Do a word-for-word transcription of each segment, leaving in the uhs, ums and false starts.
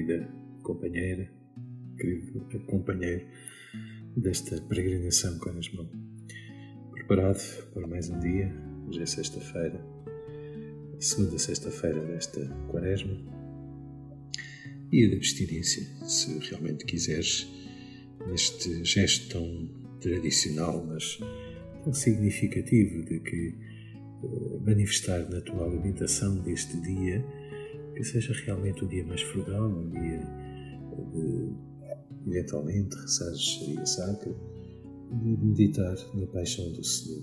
querida companheira, querido companheiro desta peregrinação quaresmal. Preparado para mais um dia, hoje é sexta-feira, a segunda sexta-feira desta quaresma, dia da abstinência, se realmente quiseres, neste gesto tão tradicional, mas tão significativo de que uh, manifestar na tua alimentação deste dia que seja realmente um dia mais frugal, um dia de, eventualmente, rezar a Sharia Sacra, de meditar na paixão do Senhor.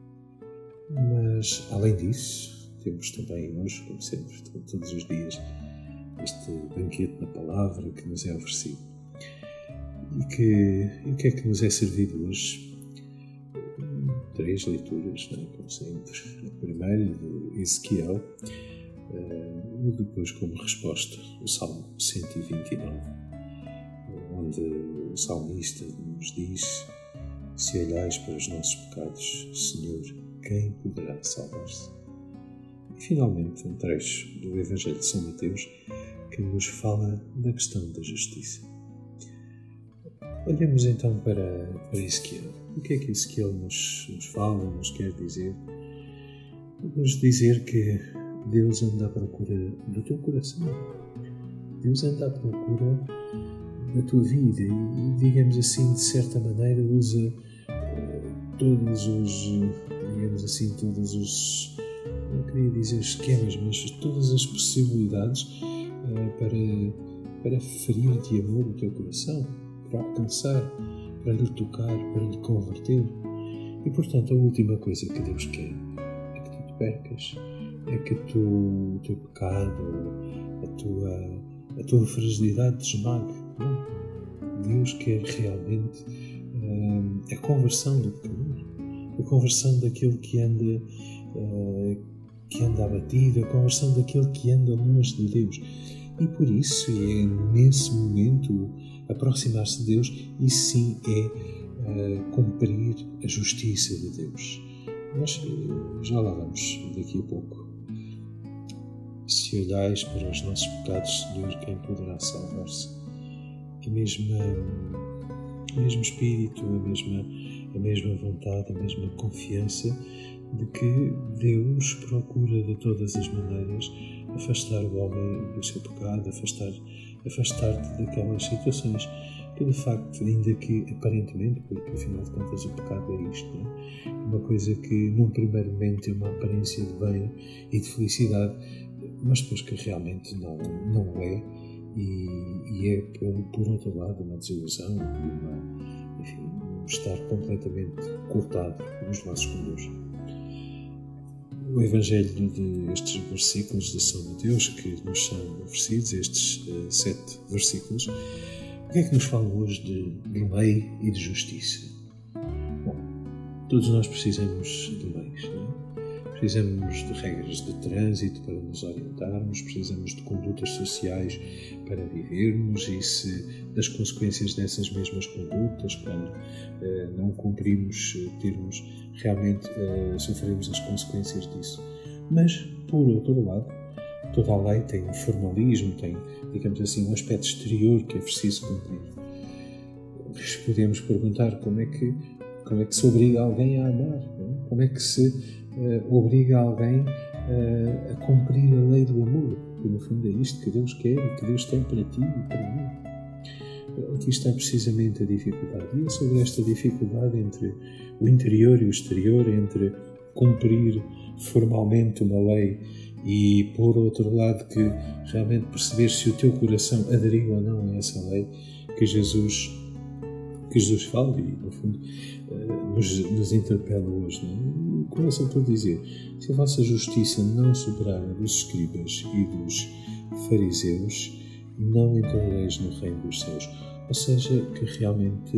Mas, além disso, temos também hoje, como sempre, todos os dias, este banquete na palavra que nos é oferecido. E, que, e o que é que nos é servido hoje? Três leituras, não é? Como sempre. A primeira, do Ezequiel, uh, depois como resposta, o Salmo cento e vinte e nove, onde o salmista nos diz: se olhais para os nossos pecados, Senhor, quem poderá salvar-se? E finalmente um trecho do Evangelho de São Mateus que nos fala da questão da justiça. Olhemos então para, para Ezequiel. O que é que Ezequiel nos, nos fala, nos quer dizer? Nos dizer que Deus anda à procura do teu coração. Deus anda à procura da tua vida e, digamos assim, de certa maneira, usa uh, todos os, digamos assim, todos os, não queria dizer esquemas, mas todas as possibilidades uh, para, para ferir de amor o teu coração, para alcançar, para lhe tocar, para lhe converter. E, portanto, a última coisa que Deus quer é que tu te percas, é que tu, o teu pecado, a tua, a tua fragilidade te esmague. Não. Deus quer realmente uh, a conversão do pecador, a conversão daquele que anda, uh, que anda abatido, a conversão daquele que anda longe de Deus. E por isso é nesse momento aproximar-se de Deus, e sim é uh, cumprir a justiça de Deus. Mas uh, já lá vamos daqui a pouco. Se olhais para os nossos pecados, Senhor, quem poderá salvar-se? A mesma, o mesmo espírito, a mesma, a mesma vontade, a mesma confiança de que Deus procura de todas as maneiras afastar o homem do seu pecado, afastar, afastar-te daquelas situações que, de facto, ainda que aparentemente, porque afinal de contas o pecado é isto, não é? Uma coisa que num primeiro momento tem uma aparência de bem e de felicidade, mas depois que realmente não, não é, e, e é, por, por outro lado, uma desilusão e uma, enfim, um estar completamente cortado nos laços com Deus. O Evangelho destes versículos de São Mateus que nos são oferecidos, estes uh, sete versículos, o que é que nos falam hoje de, de lei e de justiça? Bom, todos nós precisamos de leis, não é? Precisamos de regras de trânsito para nos orientarmos, precisamos de condutas sociais para vivermos e se das consequências dessas mesmas condutas, quando eh, não cumprimos, termos realmente eh, sofremos as consequências disso. Mas, por outro lado, toda a lei tem um formalismo, tem, digamos assim, um aspecto exterior que é preciso cumprir. Mas podemos perguntar como é que, como é que se obriga alguém a amar, não é? Como é que se Uh, obriga alguém uh, a cumprir a lei do amor, porque no fundo é isto que Deus quer e que Deus tem para ti e para mim. Aqui está precisamente a dificuldade. E é sobre esta dificuldade entre o interior e o exterior, entre cumprir formalmente uma lei e, por outro lado, que realmente perceber se o teu coração aderiu ou não a essa lei que Jesus, que Jesus fala e, no fundo, uh, nos, nos interpela hoje, não é? Começa por dizer: se a vossa justiça não superar a dos escribas e dos fariseus, não entrareis no reino dos céus. Ou seja, que realmente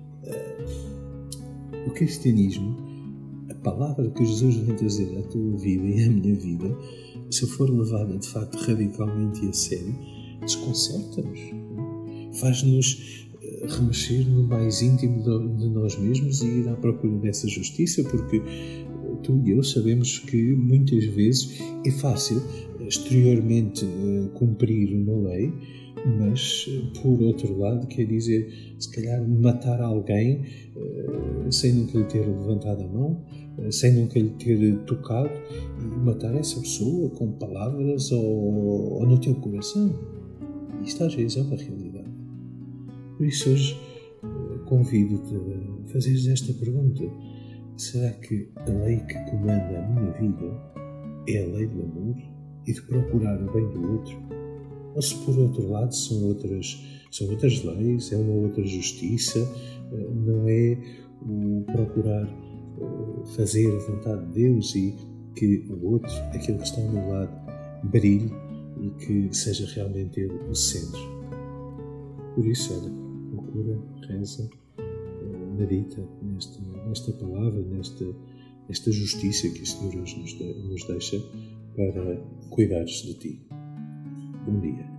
uh, o cristianismo, a palavra que Jesus vem trazer à tua vida e à minha vida, se for levada de facto radicalmente e a sério, desconcerta-nos, faz-nos remexer no mais íntimo de nós mesmos e ir à procura dessa justiça, porque tu e eu sabemos que muitas vezes é fácil exteriormente cumprir uma lei, Mas, por outro lado, quer dizer, se calhar matar alguém uh, sem nunca lhe ter levantado a mão, uh, sem nunca lhe ter tocado, e matar essa pessoa com palavras ou, ou no teu coração. Isto às vezes é uma realidade. Por isso hoje uh, convido-te a fazeres esta pergunta. Será que a lei que comanda a minha vida é a lei do amor e de procurar o bem do outro? Ou se por outro lado são outras, são outras leis, é uma outra justiça, não é o procurar fazer a vontade de Deus e que o outro, aquele que está ao meu lado, brilhe e que seja realmente ele o centro. Por isso, olha, procura, reza, medita nesta, nesta palavra, nesta, nesta justiça que o Senhor hoje nos, de, nos deixa para cuidares de ti. Bom dia.